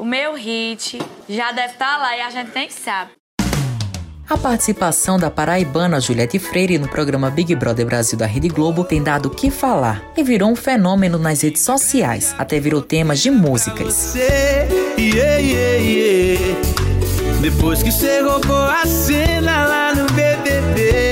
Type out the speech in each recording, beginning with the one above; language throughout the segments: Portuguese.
meu hit já deve estar lá e a gente nem sabe. A participação da paraibana Juliette Freire no programa Big Brother Brasil da Rede Globo tem dado o que falar e virou um fenômeno nas redes sociais, até virou temas de músicas. Depois que você roubou a cena lá no BBB.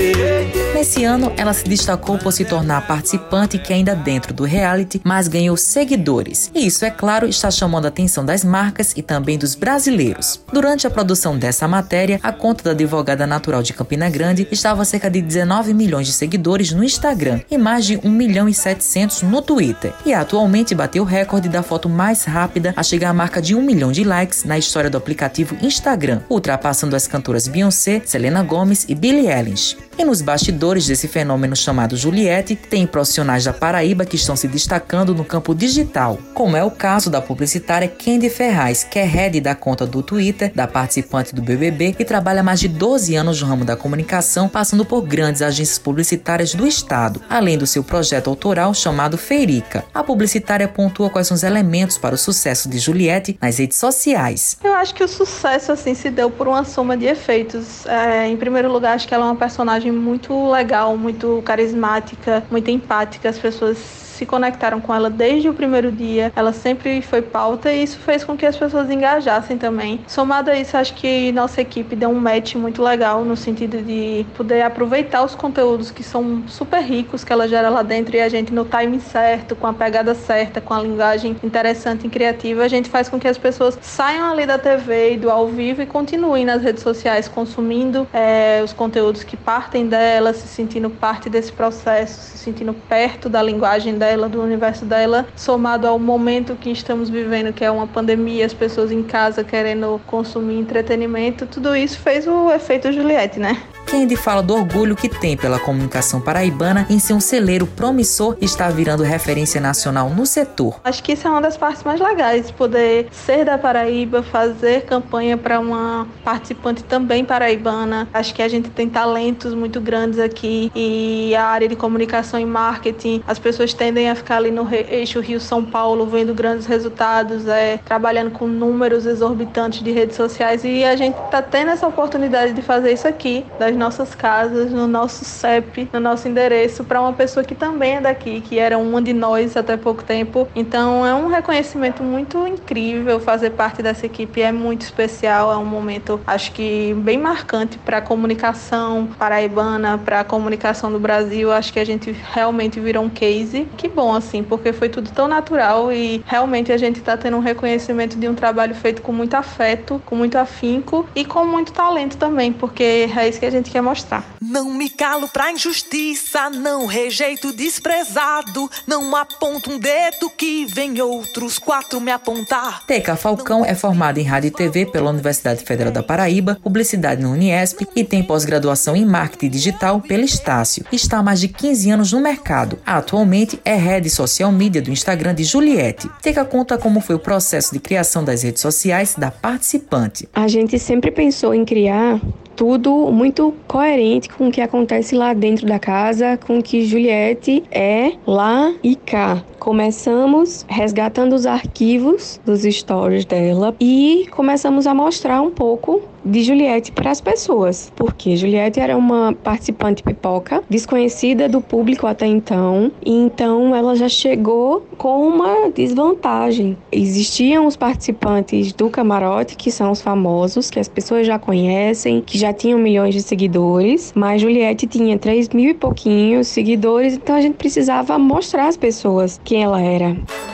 Nesse ano, ela se destacou por se tornar participante que ainda dentro do reality, mas ganhou seguidores. E isso, é claro, está chamando a atenção das marcas e também dos brasileiros. Durante a produção dessa matéria, a conta da advogada natural de Campina Grande estava a cerca de 19 milhões de seguidores no Instagram e mais de 1.700.000 no Twitter. E atualmente bateu o recorde da foto mais rápida a chegar à marca de 1 milhão de likes na história do aplicativo Instagram, ultrapassando as cantoras Beyoncé, Selena Gomez e Billie Eilish. E nos bastidores desse fenômeno chamado Juliette, tem profissionais da Paraíba que estão se destacando no campo digital, como é o caso da publicitária Kendi Ferraz, que é head da conta do Twitter da participante do BBB e trabalha mais de 12 anos no ramo da comunicação, passando por grandes agências publicitárias do estado, além do seu projeto autoral chamado Feirica. A publicitária pontua quais são os elementos para o sucesso de Juliette nas redes sociais. Eu acho que o sucesso se deu por uma soma de efeitos. Em primeiro lugar, acho que ela é uma personagem muito legal, muito carismática, muito empática. As pessoas se conectaram com ela desde o primeiro dia. Ela sempre foi pauta e isso fez com que as pessoas engajassem também. Somado a isso, acho que nossa equipe deu um match muito legal no sentido de poder aproveitar os conteúdos que são super ricos que ela gera lá dentro e a gente no timing certo, com a pegada certa, com a linguagem interessante e criativa, a gente faz com que as pessoas saiam ali da TV e do ao vivo e continuem nas redes sociais consumindo os conteúdos que partem dela, se sentindo parte desse processo, se sentindo perto da linguagem dela, do universo dela, somado ao momento que estamos vivendo, que é uma pandemia, as pessoas em casa querendo consumir entretenimento, tudo isso fez o efeito Juliette, né? Kendi fala do orgulho que tem pela comunicação paraibana em ser um celeiro promissor e estar virando referência nacional no setor. Acho que isso é uma das partes mais legais, poder ser da Paraíba, fazer campanha para uma participante também paraibana. Acho que a gente tem talentos muito grandes aqui e a área de comunicação e marketing, as pessoas tendem a ficar ali no eixo Rio-São Paulo, vendo grandes resultados, trabalhando com números exorbitantes de redes sociais e a gente está tendo essa oportunidade de fazer isso aqui, das nossas casas, no nosso CEP, no nosso endereço, para uma pessoa que também é daqui, que era uma de nós até pouco tempo. Então é um reconhecimento muito incrível, fazer parte dessa equipe é muito especial, é um momento, acho que bem marcante para a comunicação paraibana, para a comunicação do Brasil. Acho que a gente realmente virou um case. Que bom, assim, porque foi tudo tão natural e realmente a gente está tendo um reconhecimento de um trabalho feito com muito afeto, com muito afinco e com muito talento também, porque é isso que a gente quer mostrar. Não me calo pra injustiça, não rejeito desprezado, não aponto um dedo que vem outros 4 me apontar. Teca Falcão é formada em rádio e TV pela Universidade Federal da Paraíba, publicidade na Uniesp e tem pós-graduação em marketing digital pela Estácio. Está há mais de 15 anos no mercado. Atualmente é head social media do Instagram de Juliette. Teca conta como foi o processo de criação das redes sociais da participante. A gente sempre pensou em criar tudo muito coerente com o que acontece lá dentro da casa, com o que Juliette é lá e cá. Começamos resgatando os arquivos dos stories dela e começamos a mostrar um pouco de Juliette para as pessoas, porque Juliette era uma participante pipoca, desconhecida do público até então, e então ela já chegou com uma desvantagem. Existiam os participantes do camarote, que são os famosos, que as pessoas já conhecem, que já tinham milhões de seguidores, mas Juliette tinha 3.000 e pouquinhos seguidores, então a gente precisava mostrar às pessoas quem ela era.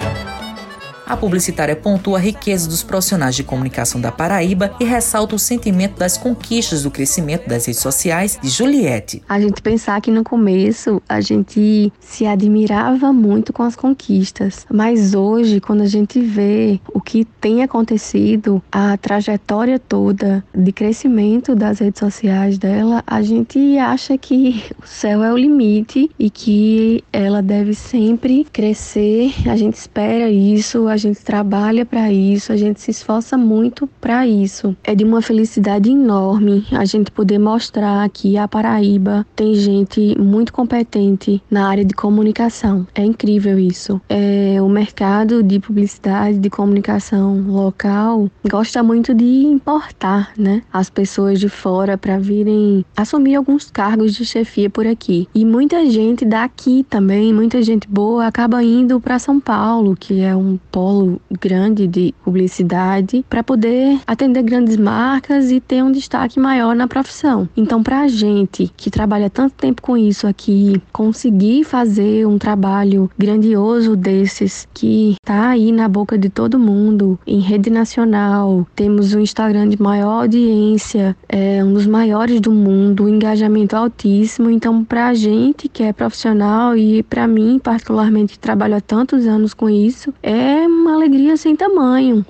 A publicitária pontua a riqueza dos profissionais de comunicação da Paraíba e ressalta o sentimento das conquistas do crescimento das redes sociais de Juliette. A gente pensar que no começo a gente se admirava muito com as conquistas, mas hoje, quando a gente vê o que tem acontecido, a trajetória toda de crescimento das redes sociais dela, a gente acha que o céu é o limite e que ela deve sempre crescer. A gente espera isso, a gente trabalha para isso, a gente se esforça muito para isso. É de uma felicidade enorme a gente poder mostrar que a Paraíba tem gente muito competente na área de comunicação. É incrível isso. O mercado de publicidade, de comunicação local gosta muito de importar, né, as pessoas de fora para virem assumir alguns cargos de chefia por aqui. E muita gente daqui também, muita gente boa, acaba indo para São Paulo, que é um polo grande de publicidade, para poder atender grandes marcas e ter um destaque maior na profissão. Então, para a gente que trabalha tanto tempo com isso aqui, conseguir fazer um trabalho grandioso desses, que tá aí na boca de todo mundo, em rede nacional, temos um Instagram de maior audiência, um dos maiores do mundo, um engajamento altíssimo. Então, para a gente que é profissional e para mim, particularmente, que trabalho há tantos anos com isso, é uma alegria sem tamanho.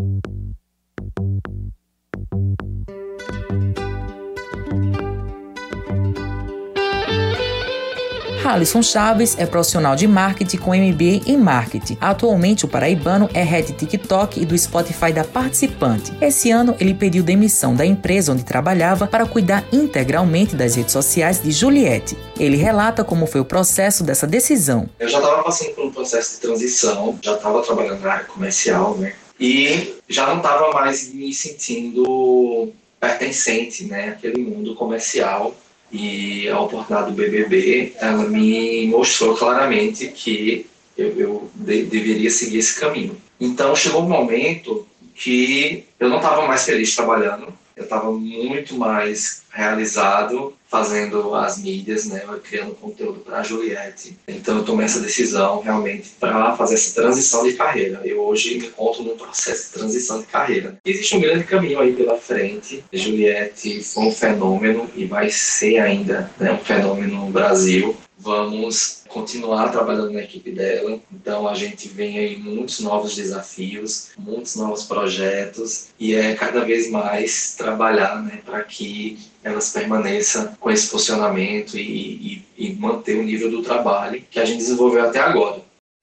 Alisson Chaves é profissional de marketing com MBA em marketing. Atualmente, o paraibano é head TikTok e do Spotify da Participante. Esse ano, ele pediu demissão da empresa onde trabalhava para cuidar integralmente das redes sociais de Juliette. Ele relata como foi o processo dessa decisão. Eu já estava passando por um processo de transição, já estava trabalhando na área comercial, né? E já não estava mais me sentindo pertencente, né, àquele mundo comercial. E a oportunidade do BBB, ela me mostrou claramente que eu deveria seguir esse caminho. Então chegou um momento que eu não estava mais feliz trabalhando, eu estava muito mais realizado fazendo as mídias, né, criando conteúdo para a Juliette. Então eu tomei essa decisão realmente para fazer essa transição de carreira. Eu hoje me encontro num processo de transição de carreira. Existe um grande caminho aí pela frente. A Juliette foi um fenômeno e vai ser ainda, né, um fenômeno no Brasil. Vamos continuar trabalhando na equipe dela. Então a gente vem aí muitos novos desafios, muitos novos projetos e é cada vez mais trabalhar, né, para que elas permaneçam com esse posicionamento e manter o nível do trabalho que a gente desenvolveu até agora.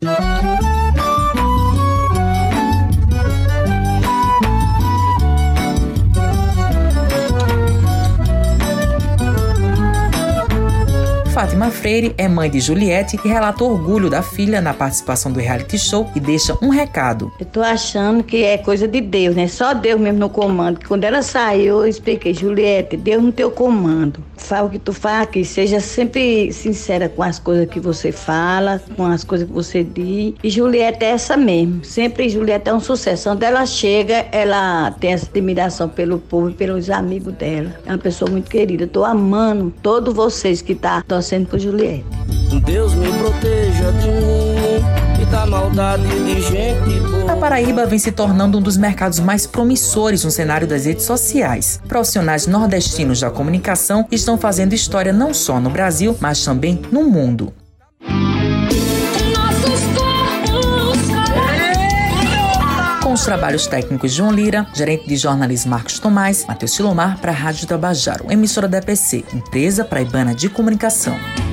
Fátima Freire é mãe de Juliette e relata o orgulho da filha na participação do reality show e deixa um recado. Eu tô achando que é coisa de Deus, né? Só Deus mesmo no comando. Quando ela saiu, eu expliquei, Juliette, Deus no teu comando. Fala o que tu faz aqui, seja sempre sincera com as coisas que você fala, com as coisas que você diz. E Juliette é essa mesmo. Sempre Juliette é um sucesso. Quando ela chega, ela tem essa admiração pelo povo e pelos amigos dela. É uma pessoa muito querida. Eu tô amando todos vocês que tá torcendo por Juliette. Deus me proteja de mim e da maldade de gente boa. A Paraíba vem se tornando um dos mercados mais promissores no cenário das redes sociais. Profissionais nordestinos da comunicação estão fazendo história não só no Brasil, mas também no mundo. Com os trabalhos técnicos de João Lira, gerente de jornalismo Marcos Tomás, Matheus Silomar para a Rádio Tabajaro, emissora da EPC, Empresa Paraibana de Comunicação.